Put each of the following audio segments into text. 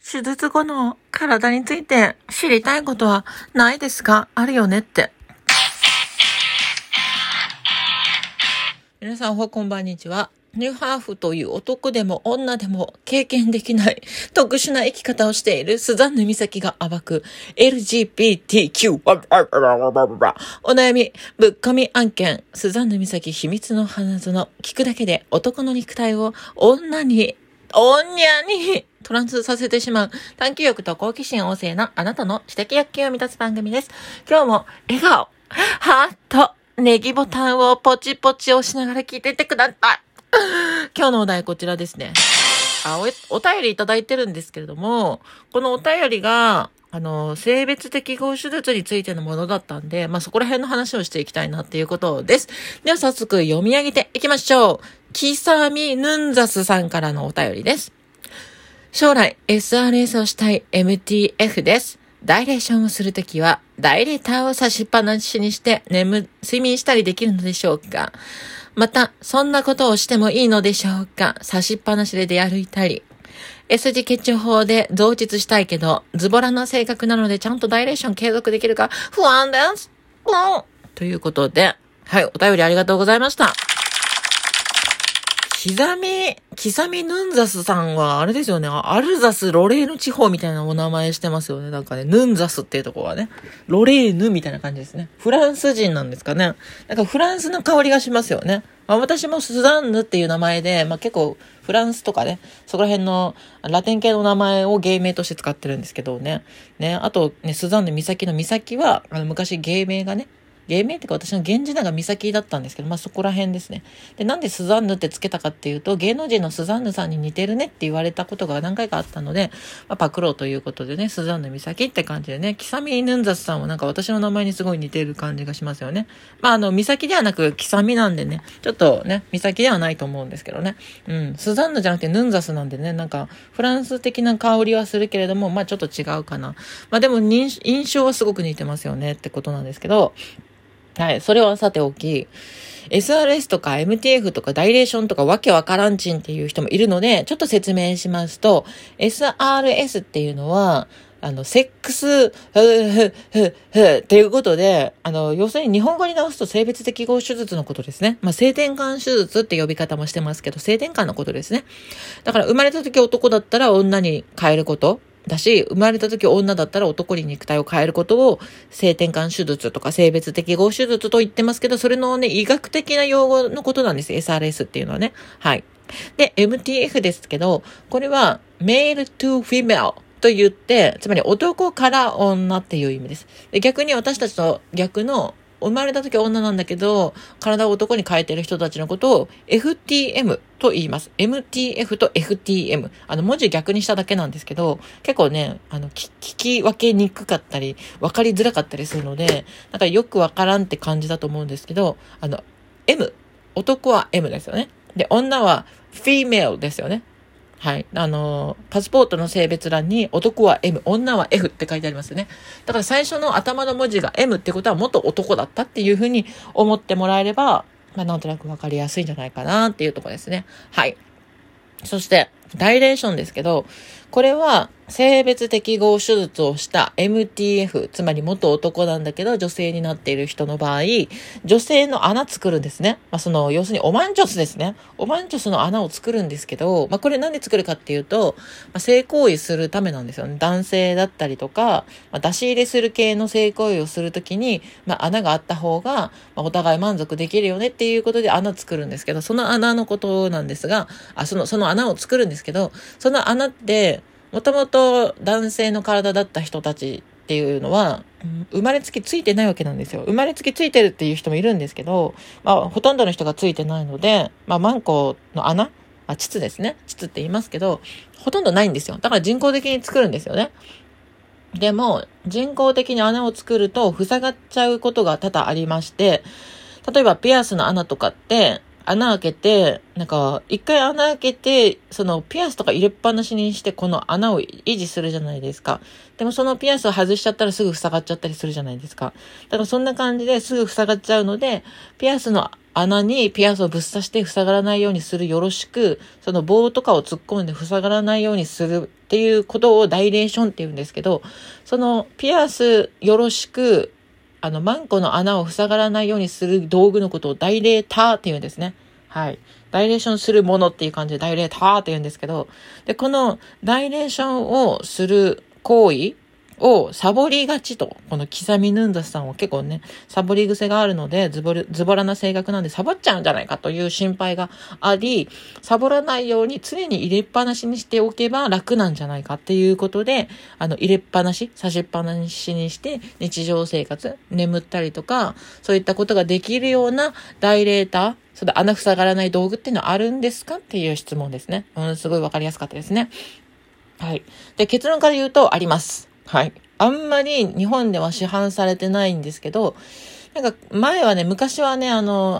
手術後の体について知りたいことはないですか？あるよねって。皆さんこんばんにちは。ニューハーフという男でも女でも経験できない特殊な生き方をしているスザンヌ美咲が暴く LGBTQ お悩みぶっ込み案件。スザンヌ美咲秘密の花園。聞くだけで男の肉体を女にトランスさせてしまう探求欲と好奇心旺盛なあなたの知的欲求を満たす番組です。今日も笑顔、ハート、ネギボタンをポチポチ押しながら聞いていってください。今日のお題こちらですね。お便りいただいてるんですけれども、このお便りが性別適合手術についてのものだったんで、そこら辺の話をしていきたいなっていうことです。では早速読み上げていきましょう。キサミヌンザスさんからのお便りです。将来 SRS をしたい MTF です。ダイレーションをするときは、ダイレーターを差しっぱなしにして睡眠したりできるのでしょうか？また、そんなことをしてもいいのでしょうか？差しっぱなしで出歩いたり。S 字結腸法で増膣したいけど、ズボラな性格なのでちゃんとダイレーション継続できるか不安です。ということで、はい、お便りありがとうございました。キサミヌンザスさんはあれですよね。アルザス、ロレーヌ地方みたいなお名前してますよね。なんかね、ヌンザスっていうところはね、ロレーヌみたいな感じですね。フランス人なんですかね。なんかフランスの香りがしますよね。私もスザンヌっていう名前で、結構フランスとかね、そこら辺のラテン系の名前を芸名として使ってるんですけどね。あとね、スザンヌ美咲の美咲は、昔芸名がね、芸名ってか私の源氏名が美咲だったんですけど、そこら辺ですね。で、なんでスザンヌってつけたかっていうと、芸能人のスザンヌさんに似てるねって言われたことが何回かあったので、パクろうということでね、スザンヌ美咲って感じでね、キサミヌンザスさんはなんか私の名前にすごい似てる感じがしますよね。美咲ではなくキサミなんでね、ちょっとね、美咲ではないと思うんですけどね。スザンヌじゃなくてヌンザスなんでね、なんかフランス的な香りはするけれども、ちょっと違うかな。でも印象はすごく似てますよねってことなんですけど、はい、それはさておき、SRS とか MTF とかダイレーションとかわけわからんちんっていう人もいるので、ちょっと説明しますと、SRS っていうのは、セックス、っていうことで、要するに日本語に直すと性別適合手術のことですね。性転換手術って呼び方もしてますけど、性転換のことですね。だから生まれた時男だったら女に変えること。だし、生まれた時女だったら男に肉体を変えることを性転換手術とか性別適合手術と言ってますけど、それのね、医学的な用語のことなんです。SRS っていうのはね。はい。で、MTF ですけど、これはメール to female と言って、つまり男から女っていう意味です。で、逆に私たちと逆の生まれた時は女なんだけど、体を男に変えてる人たちのことを FTM と言います。MTF と FTM。文字逆にしただけなんですけど、結構ね、聞き分けにくかったり、分かりづらかったりするので、なんかよくわからんって感じだと思うんですけど、M。男は M ですよね。で、女は female ですよね。はい。パスポートの性別欄に男は M、女は F って書いてありますよね。だから最初の頭の文字が M ってことは元男だったっていうふうに思ってもらえれば、なんとなくわかりやすいんじゃないかなっていうところですね。はい。そして、ダイレーションですけど、これは性別適合手術をした MTF、つまり元男なんだけど女性になっている人の場合、女性の穴作るんですね。要するにオマンチョスですね。オマンチョスの穴を作るんですけど、これなんで作るかっていうと、性行為するためなんですよね。男性だったりとか、出し入れする系の性行為をするときに、穴があった方が、お互い満足できるよねっていうことで穴作るんですけど、その穴のことなんですが、その穴を作るんですけど、その穴って、もともと男性の体だった人たちっていうのは、生まれつきついてないわけなんですよ。生まれつきついてるっていう人もいるんですけど、ほとんどの人がついてないので、マンコの穴、膣ですね。膣って言いますけど、ほとんどないんですよ。だから人工的に作るんですよね。でも、人工的に穴を作ると塞がっちゃうことが多々ありまして、例えばピアスの穴とかって、 穴開けて、なんか、一回穴開けて、そのピアスとか入れっぱなしにして、この穴を維持するじゃないですか。でもそのピアスを外しちゃったらすぐ塞がっちゃったりするじゃないですか。だからそんな感じですぐ塞がっちゃうので、ピアスの穴にピアスをぶっ刺して塞がらないようにするよろしく、その棒とかを突っ込んで塞がらないようにするっていうことをダイレーションって言うんですけど、そのピアスよろしく、マンコの穴を塞がらないようにする道具のことをダイレーターって言うんですね。はい。ダイレーションするものっていう感じでダイレーターって言うんですけど、で、このダイレーションをする行為をサボりがちと、このキサミヌンザスさんは結構ね、サボり癖があるので、ズボラな性格なんでサボっちゃうんじゃないかという心配があり、サボらないように常に入れっぱなしにしておけば楽なんじゃないかっていうことで、入れっぱなし、差しっぱなしにして日常生活、眠ったりとか、そういったことができるようなダイレーター、その穴塞がらない道具っていうのはあるんですかっていう質問ですね。すごいわかりやすかったですね。はい。で、結論から言うとあります。はい。あんまり日本では市販されてないんですけど、なんか前はね、昔はね、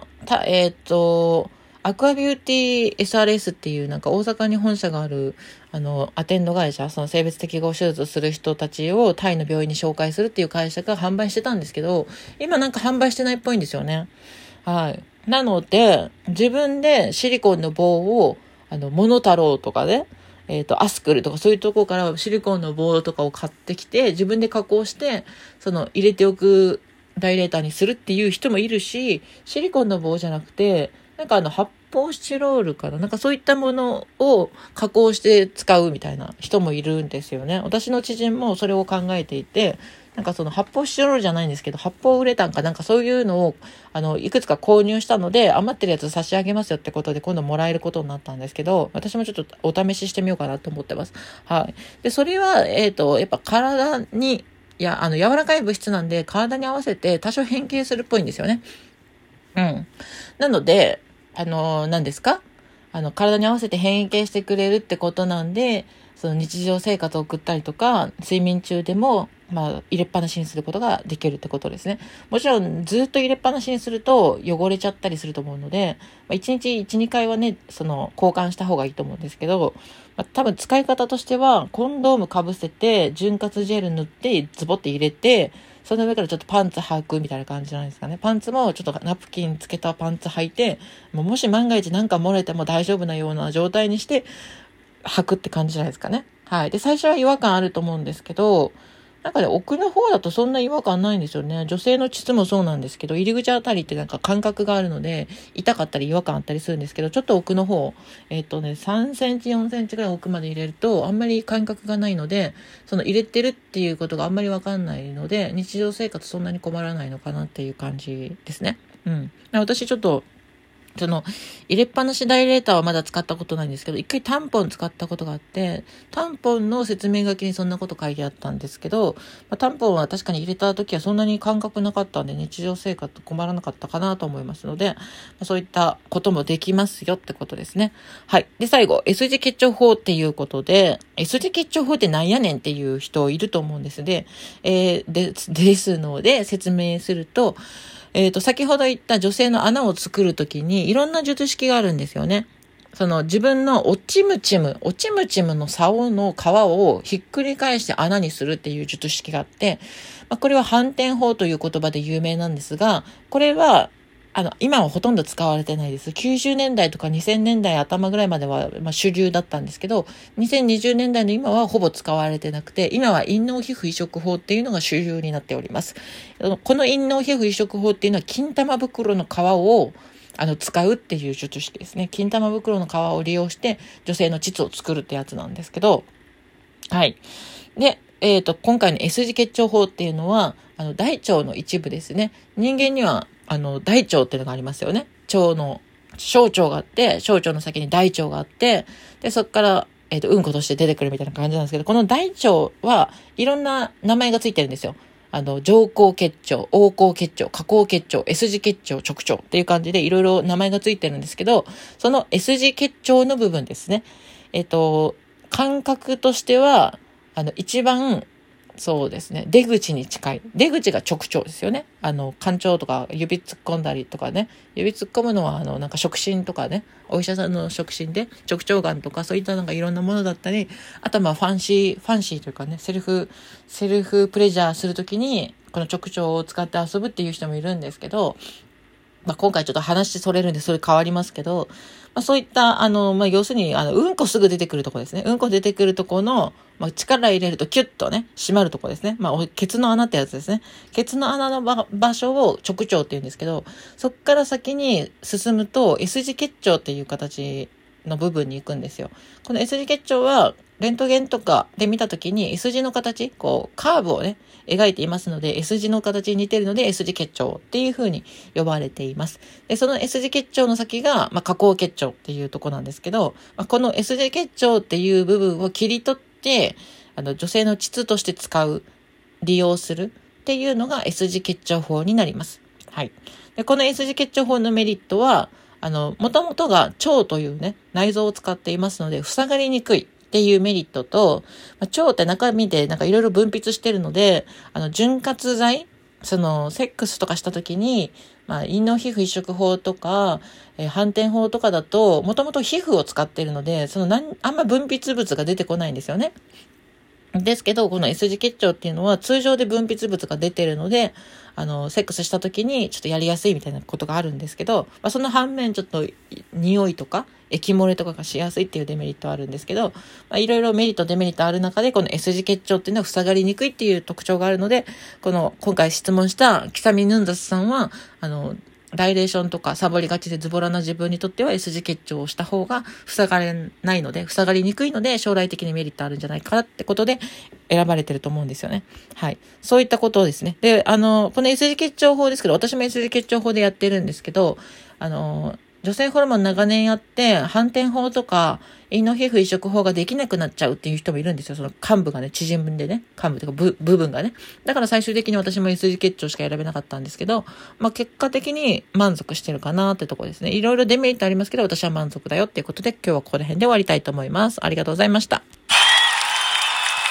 アクアビューティー SRS っていうなんか大阪に本社がある、アテンド会社、その性別適合手術をする人たちをタイの病院に紹介するっていう会社が販売してたんですけど、今なんか販売してないっぽいんですよね。はい。なので、自分でシリコンの棒を、モノタロウとかで、アスクルとかそういうところからシリコンの棒とかを買ってきて、自分で加工して、入れておくダイレーターにするっていう人もいるし、シリコンの棒じゃなくて、なんか発泡スチロールかな、なんかそういったものを加工して使うみたいな人もいるんですよね。私の知人もそれを考えていて、なんか発泡スチロールじゃないんですけど、発泡ウレタンかなんかそういうのを、いくつか購入したので、余ってるやつ差し上げますよってことで、今度もらえることになったんですけど、私もちょっとお試ししてみようかなと思ってます。はい。で、それは、やっぱ体に、柔らかい物質なんで、体に合わせて多少変形するっぽいんですよね。うん。なので、何ですか？体に合わせて変形してくれるってことなんで、その日常生活を送ったりとか、睡眠中でも、入れっぱなしにすることができるってことですね。もちろん、ずっと入れっぱなしにすると汚れちゃったりすると思うので、1日1、2回はね、交換した方がいいと思うんですけど、多分使い方としては、コンドームかぶせて、潤滑ジェル塗って、ズボって入れて、その上からちょっとパンツ履くみたいな感じなんですかね。パンツもちょっとナプキンつけたパンツ履いて、もし万が一なんか漏れても大丈夫なような状態にして履くって感じじゃないですかね。はい。で、最初は違和感あると思うんですけど、なんかね、奥の方だとそんな違和感ないんですよね。女性の膣もそうなんですけど、入り口あたりってなんか感覚があるので、痛かったり違和感あったりするんですけど、ちょっと奥の方、3センチ、4センチぐらい奥まで入れると、あんまり感覚がないので、入れてるっていうことがあんまりわかんないので、日常生活そんなに困らないのかなっていう感じですね。うん。私ちょっと、入れっぱなしダイレーターはまだ使ったことないんですけど、一回タンポン使ったことがあって、タンポンの説明書きにそんなこと書いてあったんですけど、タンポンは確かに入れた時はそんなに感覚なかったんで、日常生活困らなかったかなと思いますので、そういったこともできますよってことですね。はい。で、最後、S 字結腸法っていうことで、S 字結腸法ってなんやねんっていう人いると思うんですですので、説明すると、先ほど言った女性の穴を作るときにいろんな術式があるんですよね。自分のおちむちむの竿の皮をひっくり返して穴にするっていう術式があって、これは反転法という言葉で有名なんですが、これは今はほとんど使われてないです。90年代とか2000年代頭ぐらいまでは、主流だったんですけど、2020年代の今はほぼ使われてなくて、今は陰嚢皮膚移植法っていうのが主流になっております。この陰嚢皮膚移植法っていうのは、金玉袋の皮を使うっていう術式ですね。金玉袋の皮を利用して女性の膣を作るってやつなんですけど、はい。で、今回の S 字結腸法っていうのは、大腸の一部ですね。人間には、大腸っていうのがありますよね。小腸があって、小腸の先に大腸があって、で、そこから、うんことして出てくるみたいな感じなんですけど、この大腸はいろんな名前がついてるんですよ。上行結腸、横行結腸、下行結腸、S 字結腸、直腸っていう感じでいろいろ名前がついてるんですけど、その S 字結腸の部分ですね。感覚としては、一番、 そうですね。出口に近い。出口が直腸ですよね。肝腸とか指突っ込んだりとかね。指突っ込むのは、なんか触診とかね。お医者さんの触診で、直腸がんとかそういったなんかいろんなものだったり、あとはまあファンシーというかね、セルフプレジャーするときに、この直腸を使って遊ぶっていう人もいるんですけど、まあ、今回ちょっと話それるんでそれ変わりますけど、まあ、そういったまあ、要するにうんこすぐ出てくるとこですね。うんこ出てくるとこの、まあ、力入れるとキュッとね締まるとこですね。まあ、ケツの穴ってやつですね。ケツの穴の場所を直腸って言うんですけど、そっから先に進むと S 字結腸っていう形の部分に行くんですよ。この S 字結腸はレントゲンとかで見たときに S 字の形、こうカーブをね描いていますので S 字の形に似てるので S 字結腸っていう風に呼ばれています。で、その S 字結腸の先が、まあ、下行結腸っていうとこなんですけど、まあ、この S 字結腸っていう部分を切り取って女性の膣として使う、利用するっていうのが S 字結腸法になります。はい。で、この S 字結腸法のメリットはもともとが腸というね、内臓を使っていますので、塞がりにくいっていうメリットと、腸って中身でなんかいろいろ分泌してるので、潤滑剤、セックスとかした時に、まあ、陰嚢皮膚移植法とか、反転法とかだと、もともと皮膚を使っているので、あんま分泌物が出てこないんですよね。ですけど、この S 字結腸っていうのは通常で分泌物が出てるので、セックスした時にちょっとやりやすいみたいなことがあるんですけど、まあ、その反面ちょっと匂いとか液漏れとかがしやすいっていうデメリットはあるんですけど、まあ、いろいろメリットデメリットある中で、この S 字結腸っていうのは塞がりにくいっていう特徴があるので、今回質問したキサミヌンザスさんは、ライレーションとかサボりがちでズボラな自分にとっては S 字結腸をした方が塞がれないので、塞がりにくいので将来的にメリットあるんじゃないかなってことで選ばれてると思うんですよね。はい。そういったことですね。で、この S 字結腸法ですけど、私も S 字結腸法でやってるんですけど、女性ホルモン長年やって反転法とか陰嚢皮膚移植法ができなくなっちゃうっていう人もいるんですよ。その幹部がね、縮んでね、幹部というか部分がね。だから最終的に私も S 字結腸しか選べなかったんですけど、まあ結果的に満足してるかなってとこですね。いろいろデメリットありますけど、私は満足だよっていうことで今日はここら辺で終わりたいと思います。ありがとうございました。